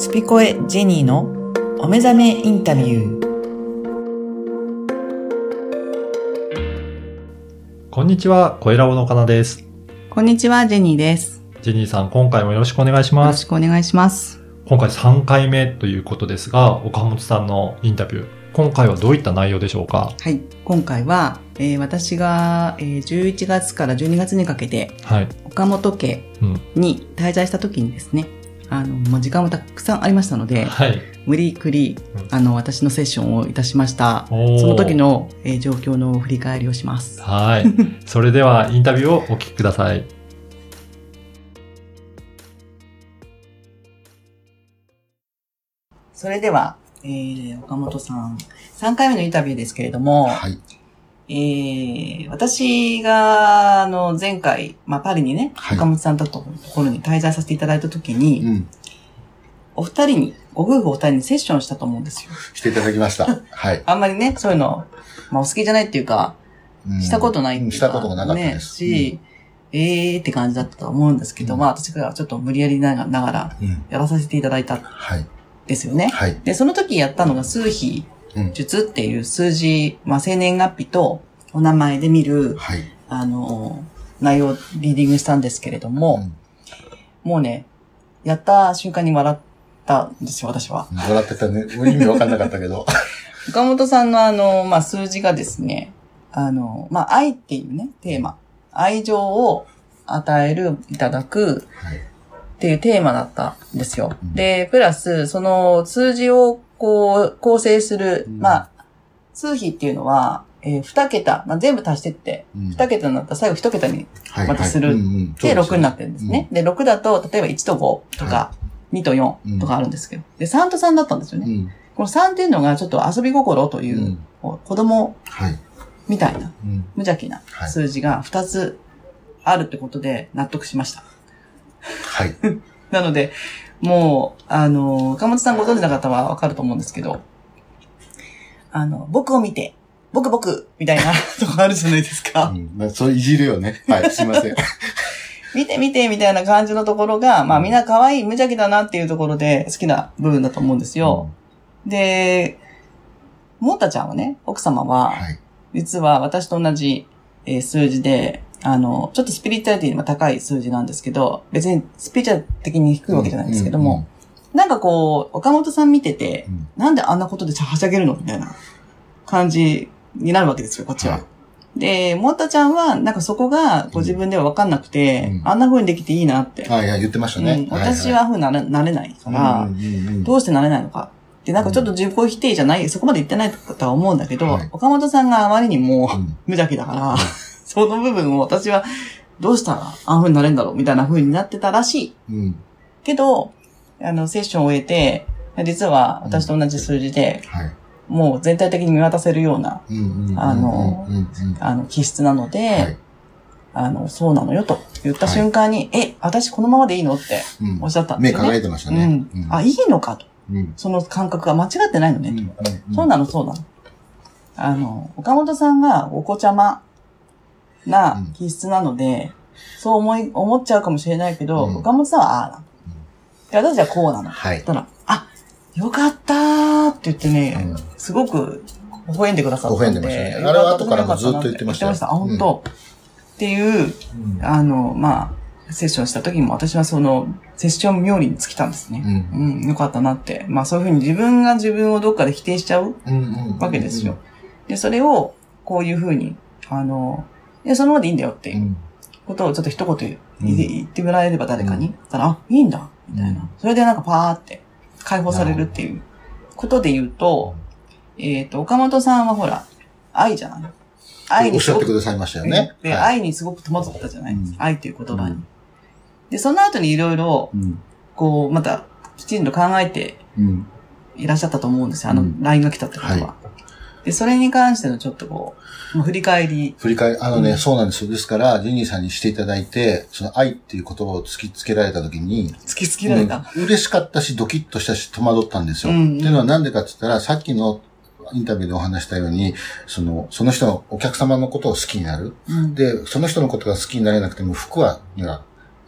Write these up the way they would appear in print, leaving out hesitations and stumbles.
スピコエジェニーのお目覚めインタビュー。 こんにちは、声ラボのかなです。 こんにちは、ジェニーです。 ジェニーさん、今回もよろしくお願いします。 よろしくお願いします。 今回3回目ということですが、岡本さんのインタビュー、今回はどういった内容でしょうか？ はい、今回は、私が、11月から12月にかけて、岡本家に滞在した時にですね、時間もたくさんありましたので、無理くり、私のセッションをいたしました。その時の、状況の振り返りをします。 はい。それではインタビューをお聞きください。 それでは、岡本さん、3回目のインタビューですけれども、 はい。 私が、前回、パリにね、 はい、 岡本さんところに滞在させていただいたときに、お二人に、ご夫婦お二人にセッションしたと思うんですよ。 していただきました。はい。 あんまりね、そういうの、お好きじゃないっていうか、したことないっていうか、 したことがなかったです。 し、って感じだったと思うんですけど、私がちょっと無理やりながら、やらさせていただいた。はい。ですよね。 はい。 で、その時やったのが数比術っていう数字、生年月日とお名前で見る、はい。内容をリーディングしたんですけれども、もうね、やった瞬間に笑ったんですよ、私は。 笑ってたね。もう意味わかんなかったけど。 岡本さんの数字がですね、愛っていうね、テーマ。愛情を与える、いただく、はい。っていうテーマだったんですよ。で、プラス、その数字を構成する、数比っていうのは、2桁、全部足してって、2桁になったら最後1桁にまたする。で、6になってるんですね。で、6だと、例えば1と5とか、2と4とかあるんですけど。で、3と3だったんですよね。この3っていうのがちょっと遊び心という、子供みたいな、無邪気な数字が2つあるってことで納得しました。 はい。 なので、もう、岡本さんご存知の方はわかると思うんですけど、僕を見て、僕みたいなとこあるじゃないですか。 そういじるよね。はい、すいません。 見てみたいな感じのところが、みんな可愛い無邪気だなっていうところで好きな部分だと思うんですよ。で、もんたちゃんはね、奥様は、実は私と同じ、数字で、ちょっとスピリチュアリティが高い数字なんですけど、別にスピリチュアル的に低いわけじゃないんですけども、なんか岡本さん見てて、なんであんなことではしゃげるのみたいな感じになるわけですよ、こっちは。で、もんたちゃんは、なんかそこがご自分ではわかんなくて、あんな風にできていいなって。 言ってましたね。 私はなれないから、どうしてなれないのか。で、なんかちょっと自己否定じゃない、そこまで言ってないとは思うんだけど、岡本さんがあまりにも無邪気だから、その部分を私はどうしたらあん風になれるんだろうみたいな風になってたらしい。けど、セッションを終えて、実は私と同じ数字で、もう全体的に見渡せるような、気質なので、そうなのよと言った瞬間に、私このままでいいのっておっしゃったんですよね。 目輝いてましたね。 いいのかと。その感覚が間違ってないのねと。そうなの。岡本さんがお子ちゃまな気質なので、そう思っちゃうかもしれないけど、岡本さんはああなの。で、私はこうなの。そしたら、よかったーって言ってね、すごく微笑んでくださったんで。 微笑んでましたね。あれは後からもずっと言ってましたよ。 本当。っていう、セッションした時も私はその、セッション冥利に尽きたんですね。よかったなって。そういうふうに自分が自分をどっかで否定しちゃうわけですよ。で、それを、こういうふうに、そのままでいいんだよっていうことをちょっと一言言ってもらえれば誰かに。たら、いいんだみたいな。それでなんかパーって解放されるっていうことで言うと、岡本さんはほら、愛じゃない？愛におっしゃってくださいましたよね。 で、愛にすごく戸惑ったじゃないですか。愛っていう言葉に。で、その後にいろいろ、また、きちんと考えていらっしゃったと思うんですよ。LINE が来たってことは。で、それに関してのちょっと振り返り、 そうなんですよ。ですから、ジェニーさんにしていただいて、その愛っていう言葉を突きつけられたときに、 突きつけられた、 嬉しかったし、ドキッとしたし、戸惑ったんですよ。っていうのはなんでかって言ったら、さっきのインタビューでお話したように、その人のお客様のことを好きになる。で、その人のことが好きになれなくても、服は、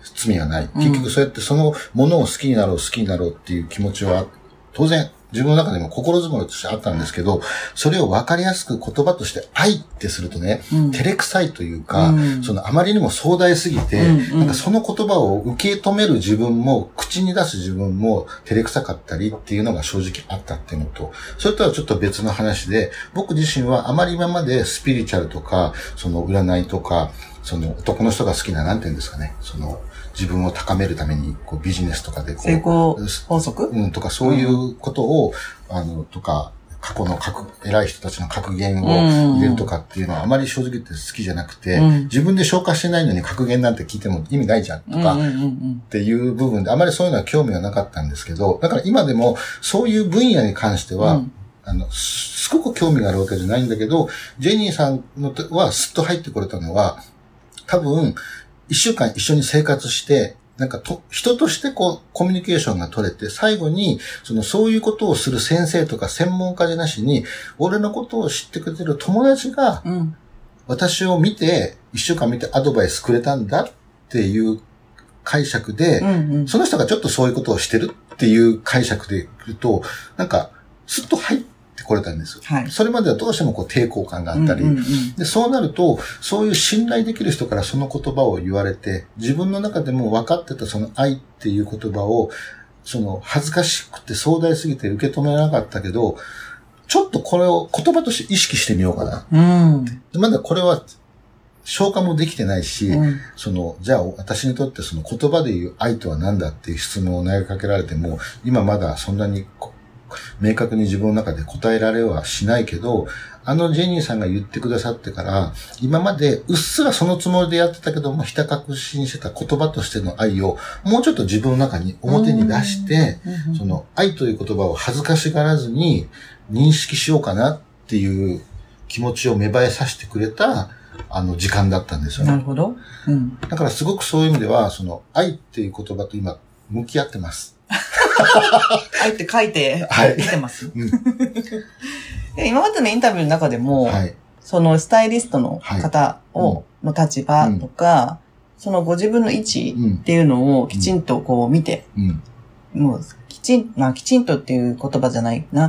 罪はない。結局そうやってそのものを好きになろうっていう気持ちは、当然、自分の中でも心づもりとしてあったんですけど、それを分かりやすく言葉として愛ってするとね、照れくさいというか、あまりにも壮大すぎて、なんかその言葉を受け止める自分も、口に出す自分も照れくさかったりっていうのが正直あったっていうのと、それとはちょっと別の話で、僕自身はあまり今までスピリチュアルとか、占いとか、男の人が好きな、なんていうんですかね、自分を高めるために、ビジネスとかで成功法則とか、そういうことを、とか、過去の偉い人たちの格言を入れるとかっていうのはあまり正直言って好きじゃなくて、自分で消化してないのに格言なんて聞いても意味ないじゃんとか、っていう部分であまりそういうのは興味はなかったんですけど、だから今でもそういう分野に関しては、すごく興味があるわけじゃないんだけど、ジェニーさんはスッと入ってこれたのは、多分、一週間一緒に生活して、なんか人としてコミュニケーションが取れて、最後に、そういうことをする先生とか専門家じゃなしに、俺のことを知ってくれてる友達が、私を見て、一週間見てアドバイスくれたんだっていう解釈で、その人がちょっとそういうことをしてるっていう解釈で言うと、なんか、スッと入ってこれたんです。 はい。 それまではどうしても抵抗感があったり、で、そうなると、そういう信頼できる人からその言葉を言われて、自分の中でも分かってたその愛っていう言葉を、恥ずかしくて壮大すぎて受け止めなかったけど、ちょっとこれを言葉として意識してみようかな。まだこれは消化もできてないし、じゃあ私にとってその言葉で言う愛とは何だっていう質問を投げかけられても、今まだそんなに明確に自分の中で答えられはしないけど、ジェニーさんが言ってくださってから、今までうっすらそのつもりでやってたけども、ひた確信してた言葉としての愛を、もうちょっと自分の中に表に出して、愛という言葉を恥ずかしがらずに認識しようかなっていう気持ちを芽生えさせてくれた、時間だったんですよね。 なるほど。 だからすごくそういう意味では、愛っていう言葉と今、向き合ってます。 愛って書いて、出てます、で今までのインタビューの中でも、そのスタイリストの方の立場とか、そのご自分の位置っていうのをきちんと見て、もうきちんとっていう言葉じゃないな。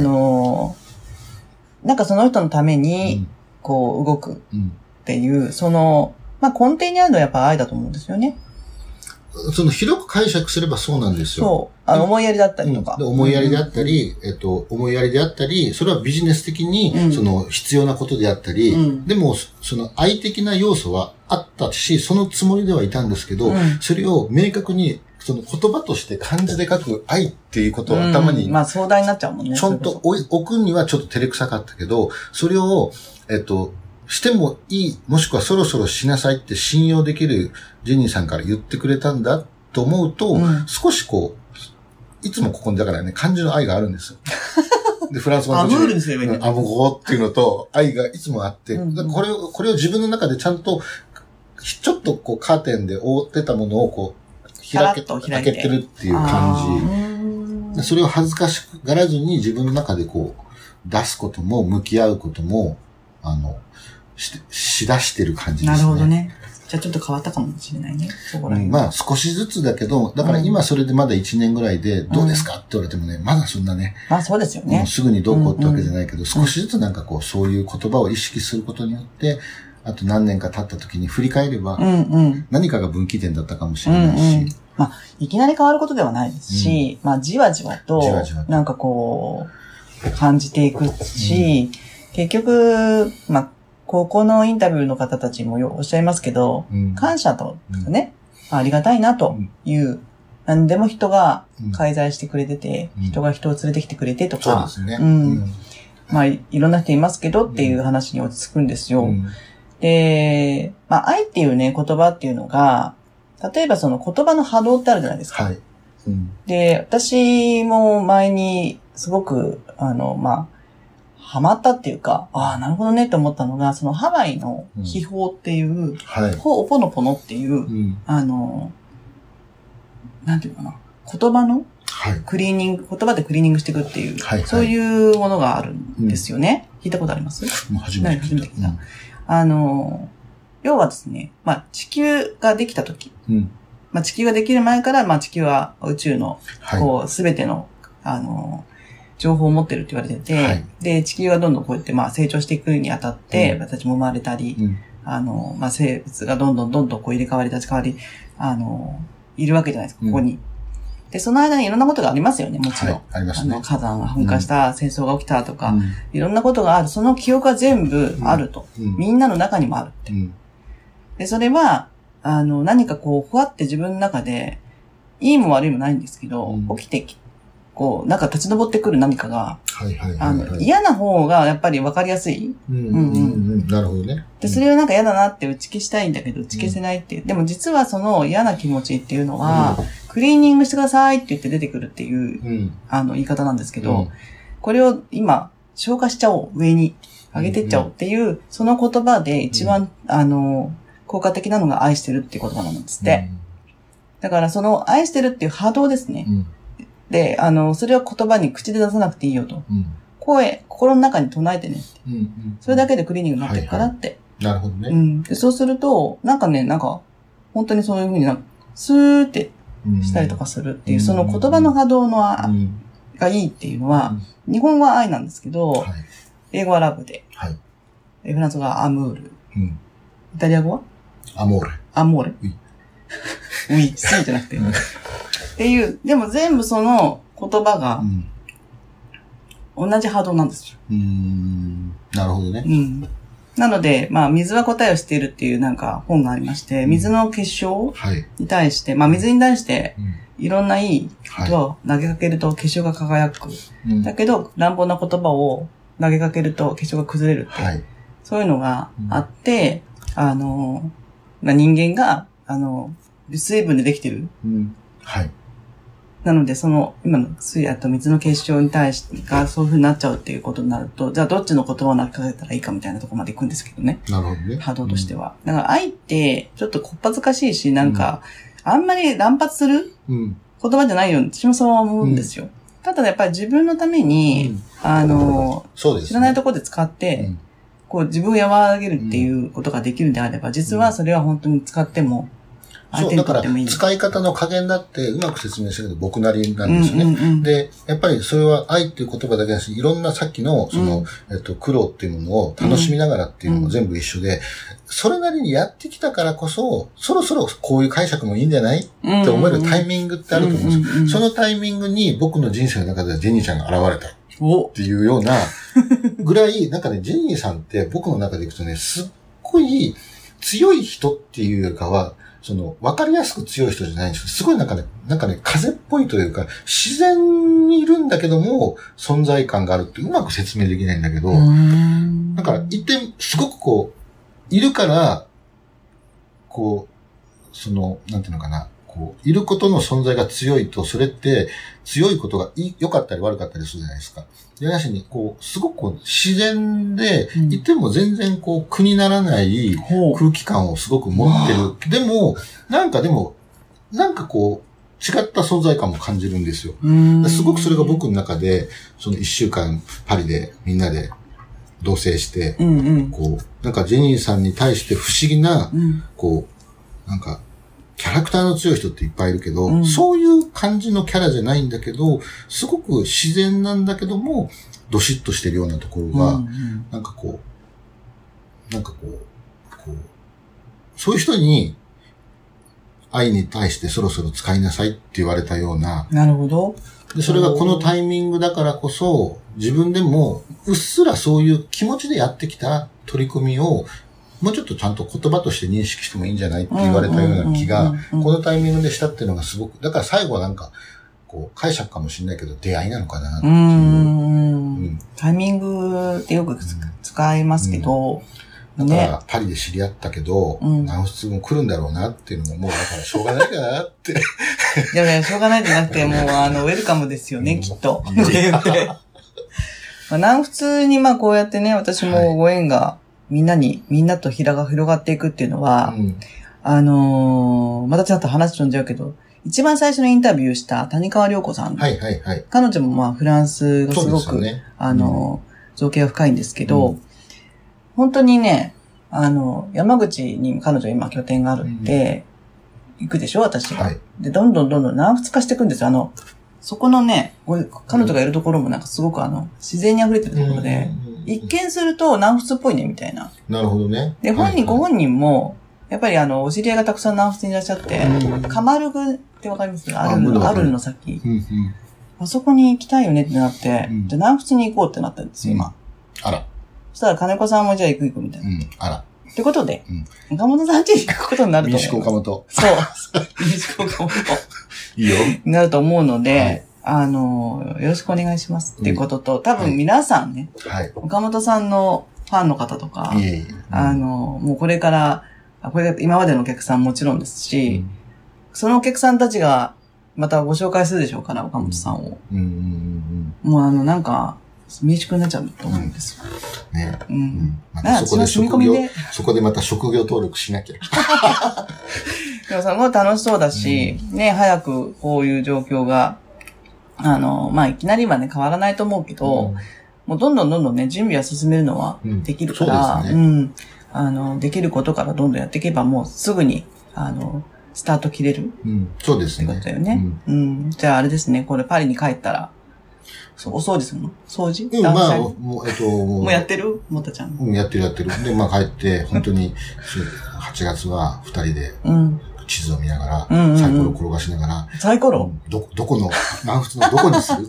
なんかその人のために、動くっていう、根底にあるのはやっぱ愛だと思うんですよね。 広く解釈すればそうなんですよ。 そう。思いやりだったりとか。 思いやりであったり、思いやりであったり、それはビジネス的に、必要なことであったり、でも、愛的な要素はあったし、そのつもりではいたんですけど、それを明確に、言葉として漢字で書く愛っていうことを頭に、 壮大になっちゃうもんね。 ちょんと置くにはちょっと照れくさかったけど、それを、してもいい、もしくはそろそろしなさいって信用できるジェニーさんから言ってくれたんだと思うと、少しいつもここにだからね、漢字の愛があるんですよ。で、フランス語のアムールにすればいいんだよ。 アムゴっていうのと愛がいつもあって、これを自分の中でちゃんと、ちょっとカーテンで覆ってたものを開けてるっていう感じ。それを恥ずかしがらずに自分の中で出すことも向き合うことも、しだしてる感じですね。 なるほどね。じゃあちょっと変わったかもしれないね。 少しずつだけど、だから今それでまだ1年ぐらいで、どうですかって言われてもね、まだそんなね。 そうですよね。 すぐにどうこうってわけじゃないけど、少しずつなんかそういう言葉を意識することによって、あと何年か経った時に振り返れば、何かが分岐点だったかもしれないし。 いきなり変わることではないですし、じわじわと、なんか感じていくし、結局、ここのインタビューの方たちもおっしゃいますけど、感謝とかね、ありがたいなという、何でも人が介在してくれてて、人が人を連れてきてくれてとか、 そうですね。 いろんな人いますけどっていう話に落ち着くんですよ。で、愛っていうね、言葉っていうのが、例えばその言葉の波動ってあるじゃないですか。で、私も前にすごく、ハマったっていうか、なるほどねって思ったのが、そのハワイの秘宝っていう、ホーポノポノっていう、なんていうかな、言葉のクリーニング、言葉でクリーニングしていくっていう、そういうものがあるんですよね。聞いたことあります？ 初めて聞いた。 要はですね、地球ができた時まあ、地球ができる前から、まあ、地球は宇宙の、 はい。 こう、すべての、情報を持ってるって言われてて、 はい。 で、地球がどんどんこうやって、まあ、成長していくにあたって、私も生まれたり、まあ、生物がどんどんこう入れ替わり立ち替わり、いるわけじゃないですか、ここに。で、その間にいろんなことがありますよね、もちろん。 はい、ありますね。 火山が噴火した、戦争が起きたとか、いろんなことがある。その記憶が全部あると。みんなの中にもあるって。で、それは、何かこう、ふわって自分の中で、いいも悪いもないんですけど、起きてこう、なんか立ち上ってくる何かが、嫌な方がやっぱり分かりやすい。 なるほどね。 で、それをなんか嫌だなって打ち消したいんだけど、打ち消せないっていう。でも実はその嫌な気持ちっていうのは、クリーニングしてくださいって言って出てくるっていう、言い方なんですけど、これを今、消化しちゃおう、上に上げてっちゃおうっていう、その言葉で一番、効果的なのが愛してるっていう言葉なんですって。だからその愛してるっていう波動ですね。で、それを言葉に口で出さなくていいよと。心の中に唱えてねって。それだけでクリーニングになってるからって。 なるほどね。 でそうすると、なんかね、本当にそういうふうにスーってしたりとかするっていう、その言葉の波動のがいいっていうのは、日本は愛なんですけど、英語はラブで、フランス語はアムール。イタリア語はアモーレ。 アモーレ。ウィ、スイじゃなくて。っていう、でも全部その言葉が、同じ波動なんですよ。 なるほどね。 なので、まあ、水は答えをしているっていうなんか本がありまして、水の結晶に対して、まあ、水に対して、いろんないい言葉を投げかけると結晶が輝く。だけど、乱暴な言葉を投げかけると結晶が崩れるって。そういうのがあって、人間が、水分でできてる。なので、今の水と水の結晶に対してがそういう風になっちゃうっていうことになると、じゃあどっちの言葉を投げかけたらいいかみたいなところまで行くんですけどね。 なるほどね。 波動としては。だから愛って、ちょっとこっぱずかしいし、なんか、あんまり乱発する言葉じゃないように、私もそう思うんですよ。ただやっぱり自分のために、知らないところで使って、こう自分を和らげるっていうことができるんであれば、実はそれは本当に使っても、 そう、だから使い方の加減だってうまく説明してるけど僕なりなんですよね。で、やっぱりそれは愛っていう言葉だけだし、いろんなさっきの苦労っていうものを楽しみながらっていうのも全部一緒で、それなりにやってきたからこそ、そろそろこういう解釈もいいんじゃないって思えるタイミングってあると思うんですよ。そのタイミングに僕の人生の中ではジェニーちゃんが現れた。っていうようなぐらい、なんかね、ジェニーさんって僕の中でいくとね、すっごい強い人っていうよりかは、わかりやすく強い人じゃないんですけど、すごいなんかね、風っぽいというか、自然にいるんだけども、存在感があるってうまく説明できないんだけど、だから、一点、すごくこう、いるから、こう、なんていうのかな、こう、いることの存在が強いと、それって強いことが良かったり悪かったりするじゃないですか。で、なしに、こう、すごくこう自然で、いても全然こう、苦にならない空気感をすごく持ってる。でも、なんかこう、違った存在感も感じるんですよ。すごくそれが僕の中で、その1週間パリでみんなで同棲して、こう、なんかジェニーさんに対して不思議な、こう、なんか、キャラクターの強い人っていっぱいいるけど、そういう感じのキャラじゃないんだけど、すごく自然なんだけども、どしっとしてるようなところが、なんかこう、そういう人に、愛に対してそろそろ使いなさいって言われたような。 なるほど。 で、それがこのタイミングだからこそ、自分でもうっすらそういう気持ちでやってきた取り組みを、もうちょっとちゃんと言葉として認識してもいいんじゃないって言われたような気が、このタイミングでしたっていうのがすごく、だから最後はなんか、こう、解釈かもしれないけど、出会いなのかなっていう。 タイミングってよく使いますけど、 だからパリで知り合ったけど、南仏も来るんだろうなっていうのも、もうだからしょうがないかなって。 いや、しょうがないじゃなくて、もうウェルカムですよね、きっと。南仏にこうやってね、私もご縁が、みんなと広がっていくっていうのは、またちょっと話飛んじゃうけど、一番最初のインタビューした谷川涼子さん。彼女もフランスがすごく、造形が深いんですけど、本当にね、山口に彼女今拠点があるって、 行くでしょ、私が。 はい。 で、どんどん南仏化していくんですよ。そこのね、彼女がいるところもなんかすごく自然に溢れてるところで、一見すると南仏っぽいね、みたいな。 なるほどね。 で、ご本人も、やっぱりお知り合いがたくさん南仏にいらっしゃって、カマルグってわかりますか？アルルの先。あそこに行きたいよねってなって、じゃあ南仏に行こうってなったんですよ、今。 あら。 そしたら金子さんもじゃあ行くみたいな。 あら。 ってことで、岡本さん家に行くことになると思う。 民宿岡本。 そう。民宿岡本。 いいよ。 なると思うので、よろしくお願いしますっていうことと、多分皆さんね、岡本さんのファンの方とか、もうこれから今までのお客さんもちろんですし、そのお客さんたちがまたご紹介するでしょうから、岡本さんを。もうなんか、民宿になっちゃうと思うんですよ。 ね。 またそこでまた職業登録しなきゃ。 でもすごい楽しそうだし、ね、早くこういう状況が、いきなりはね、変わらないと思うけど、もうどんどんね、準備は進めるのはできるから、できることからどんどんやっていけば、もうすぐに、スタート切れる。 そうですね。 ってことだよね。じゃああれですね、これパリに帰ったら、お掃除するの？掃除？もうやってる？もたちゃん。 やってる。で、帰って、本当に、8月は2人で、地図を見ながら、サイコロ転がしながら、 サイコロ？ どこの、南仏のどこにするって。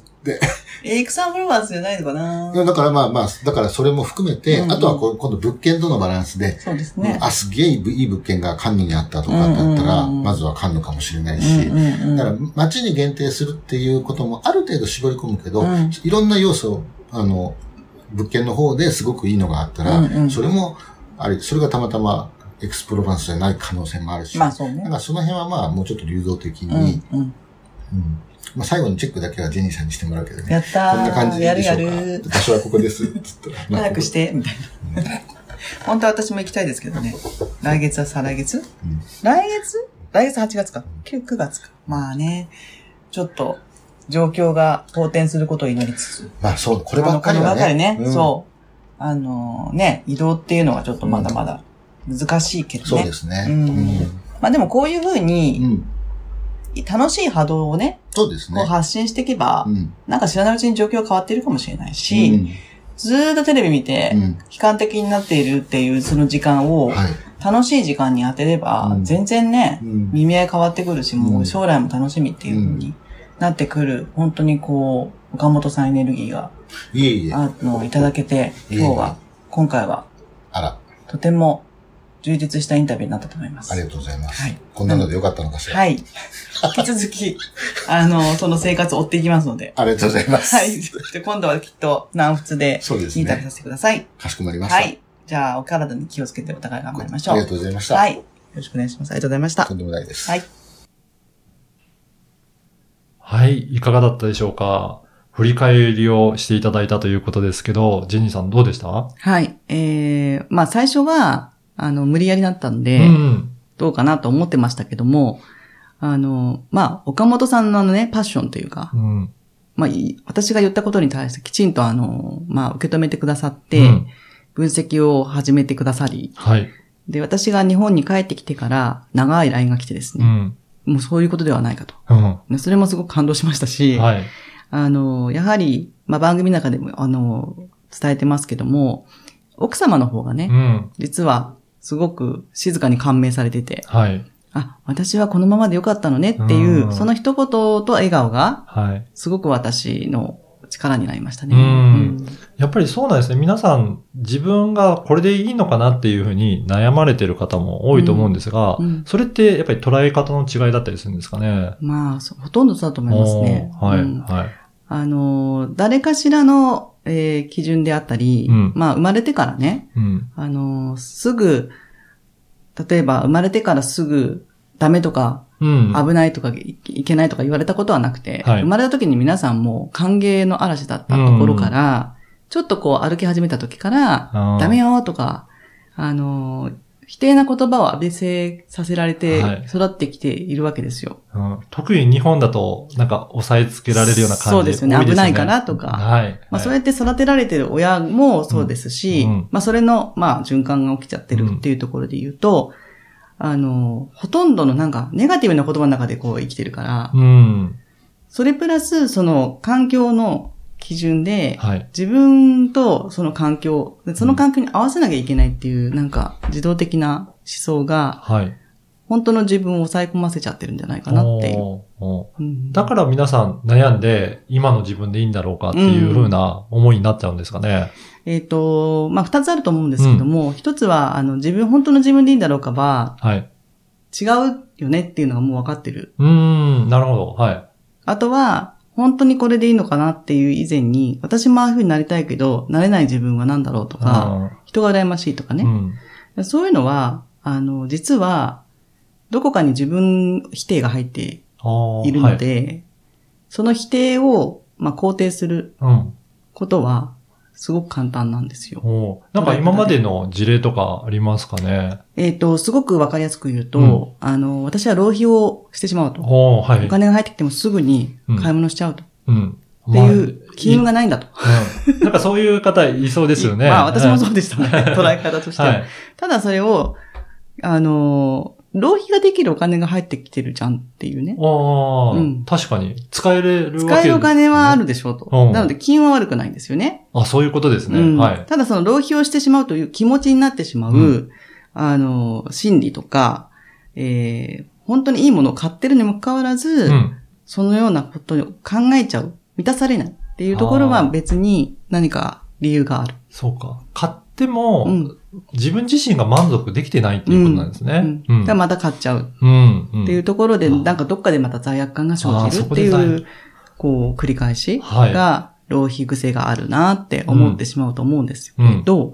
エクサンフロワーズじゃないのかな？ だからだからそれも含めて、あとは今度物件とのバランスで、 そうですね。 すげえいい物件がカンヌにあったとかだったら、まずはカンヌかもしれないし、だから街に限定するっていうこともある程度絞り込むけど、いろんな要素、物件の方ですごくいいのがあったら、それも、それがたまたまエクスプロバンスじゃない可能性もあるし、 そうね。 だからその辺はもうちょっと流動的に、最後にチェックだけはジェニーさんにしてもらうけどね。 やったー。 こんな感じでいいでしょうか。 やる。 場所はここです。つったら。 早くして、みたいな。本当は私も行きたいですけどね。来月は再来月？来月8月か。9月か。まあね、ちょっと、状況が好転することを祈りつつ。 そう、こればっかりはね。 こればっかりね。そう。移動っていうのはちょっとまだまだ難しいけどね。 そうですね。 でもこういうふうに、楽しい波動をね、 そうですね。 こう発信していけば、なんか知らないうちに状況が変わっているかもしれないし、ずーっとテレビ見て、悲観的になっているっていうその時間を、楽しい時間に当てれば、全然ね、耳合い変わってくるし、もう将来も楽しみっていう風になってくる、本当にこう、岡本さんエネルギーが、いただけて、今回は、とても充実したインタビューになったと思います。 ありがとうございます。こんなのでよかったのかしら。 引き続き、その生活を追っていきますので。 ありがとうございます。 で、今度はきっと南仏で、インタビューさせてください。 かしこまりました。 じゃあ、お体に気をつけてお互い頑張りましょう。 ありがとうございました。 よろしくお願いします。ありがとうございました。 とんでもないです。 いかがだったでしょうか。振り返りをしていただいたということですけど、ジェニーさんどうでした？ 最初は、無理やりだったんで、どうかなと思ってましたけども、岡本さんのパッションというか、私が言ったことに対してきちんと受け止めてくださって、分析を始めてくださり、で、私が日本に帰ってきてから長い LINE が来てですね、もうそういうことではないかと。それもすごく感動しましたし、やはり、番組の中でも、伝えてますけども、奥様の方がね、実はすごく静かに感銘されてて、私はこのままでよかったのねっていう、その一言と笑顔が、すごく私の力になりましたね。 やっぱりそうなんですね。皆さん自分がこれでいいのかなっていうふうに悩まれてる方も多いと思うんですが、それってやっぱり捉え方の違いだったりするんですかね。 ほとんどそうだと思いますね。誰かしらの、基準であったり、生まれてからね、すぐ、例えば生まれてからすぐダメとか、危ないとかいけないとか言われたことはなくて、生まれた時に皆さんも歓迎の嵐だったところから、ちょっとこう歩き始めた時から、ダメよとか、否定な言葉を浴びせさせられて育ってきているわけですよ。 特に日本だとなんか押さえつけられるような感じで、 そうですよね。危ないからとか。そうやって育てられてる親もそうですし、それの、循環が起きちゃってるっていうところで言うと、 ほとんどのなんか、ネガティブな言葉の中でこう生きてるから、それプラス、その環境の基準で、自分とその環境に合わせなきゃいけないっていう、なんか、自動的な思想が、本当の自分を抑え込ませちゃってるんじゃないかなっていう。 だから皆さん悩んで、今の自分でいいんだろうかっていう風な思いになっちゃうんですかね。 二つあると思うんですけども、一つは、本当の自分でいいんだろうかは、違うよねっていうのがもう分かってる。 なるほど。 あとは、本当にこれでいいのかなっていう以前に、私もああいう風になりたいけど、なれない自分は何だろうとか、人が羨ましいとかね。そういうのは、実は、どこかに自分否定が入っているので、その否定を、肯定することは、すごく簡単なんですよ。 なんか今までの事例とかありますかね？ すごくわかりやすく言うと、私は浪費をしてしまうと。お金が入ってきてもすぐに買い物しちゃうと。っていう機運がないんだと。 なんかそういう方いそうですよね。 私もそうでしたね。捉え方としては。ただそれを、浪費ができるお金が入ってきてるじゃんっていうね。 確かに。使えれるわけですね。 使えるお金はあるでしょうと。なので、金は悪くないんですよね。 そういうことですね。 ただその浪費をしてしまうという気持ちになってしまう、心理とか、本当にいいものを買ってるにもかかわらず、そのようなことを考えちゃう。満たされないっていうところは別に何か理由がある。 そうか。買っても、自分自身が満足できてないっていうことなんですね。 だからまた買っちゃう。っていうところで、なんかどっかでまた罪悪感が生じるっていう、こう、繰り返しが、浪費癖があるなって思ってしまうと思うんですよけど、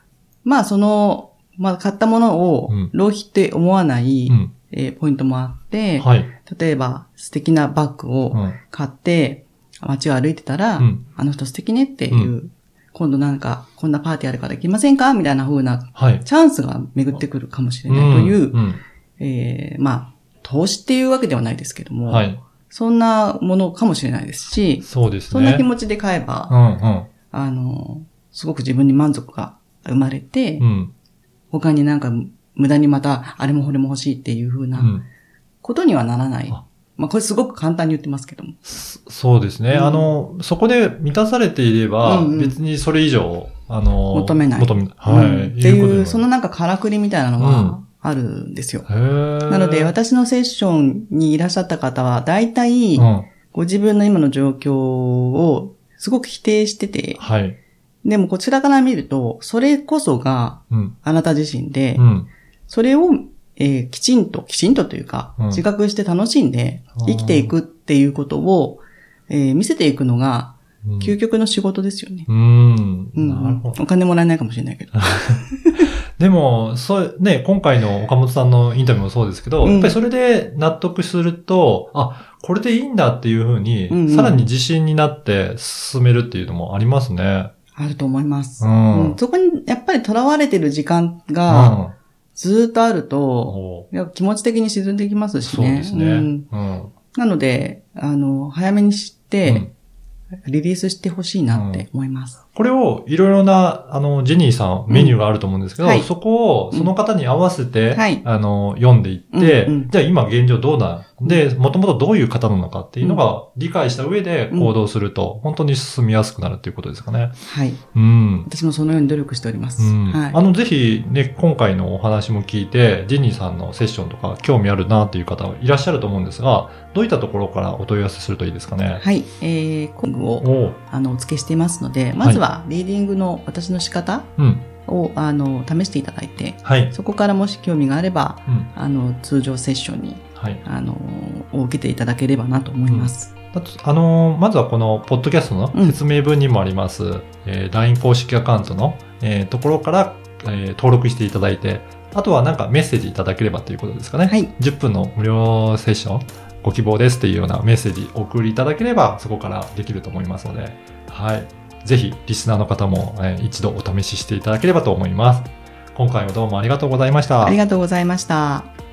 買ったものを浪費って思わないポイントもあって、例えば素敵なバッグを買って、街を歩いてたら、あの人素敵ねっていう、今度なんか、こんなパーティーあるから行きませんかみたいな風な、チャンスが巡ってくるかもしれないという、投資っていうわけではないですけども、そんなものかもしれないですし、 そうですね。 そんな気持ちで買えば、すごく自分に満足が生まれて、他になんか無駄にまた、あれもこれも欲しいっていう風なことにはならない。これすごく簡単に言ってますけども。 そうですね。そこで満たされていれば、別にそれ以上、 求めない。っていう、そのなんかからくりみたいなのはあるんですよ。なので、私のセッションにいらっしゃった方は、大体、ご自分の今の状況をすごく否定してて、でもこちらから見ると、それこそがあなた自身で、それをきちんとというか、自覚して楽しんで生きていくっていうことを、見せていくのが、究極の仕事ですよね。なるほど。お金もらえないかもしれないけど。 でも、今回の岡本さんのインタビューもそうですけど、やっぱりそれで納得すると、これでいいんだっていうふうに、さらに自信になって進めるっていうのもありますね。 あると思います。そこにやっぱり囚われてる時間が、ずーっとあると、気持ち的に沈んでいきますしね。 そうですね。 なので、早めに知って、リリースしてほしいなって思います。 これをいろいろな、ジェニーさんメニューがあると思うんですけど、そこをその方に合わせて、読んでいって、じゃあ今現状どうだで、もともとどういう方なのかっていうのが理解した上で行動すると、本当に進みやすくなるっていうことですかね。 私もそのように努力しております。 ぜひね、今回のお話も聞いて、ジェニーさんのセッションとか興味あるなっていう方いらっしゃると思うんですが、どういったところからお問い合わせするといいですかね。 今後をお付けしていますので、まずはリーディングの私の仕方を、試していただいて、そこからもし興味があれば、通常セッションに、を受けていただければなと思います。 まずはこのポッドキャストの説明文にもあります、LINE 公式アカウントの、ところから、登録していただいて、あとはなんかメッセージいただければということですかね。10分の無料セッションご希望ですっていうようなメッセージお送りいただければそこからできると思いますので、ぜひリスナーの方も、一度お試ししていただければと思います。今回はどうもありがとうございました。 ありがとうございました。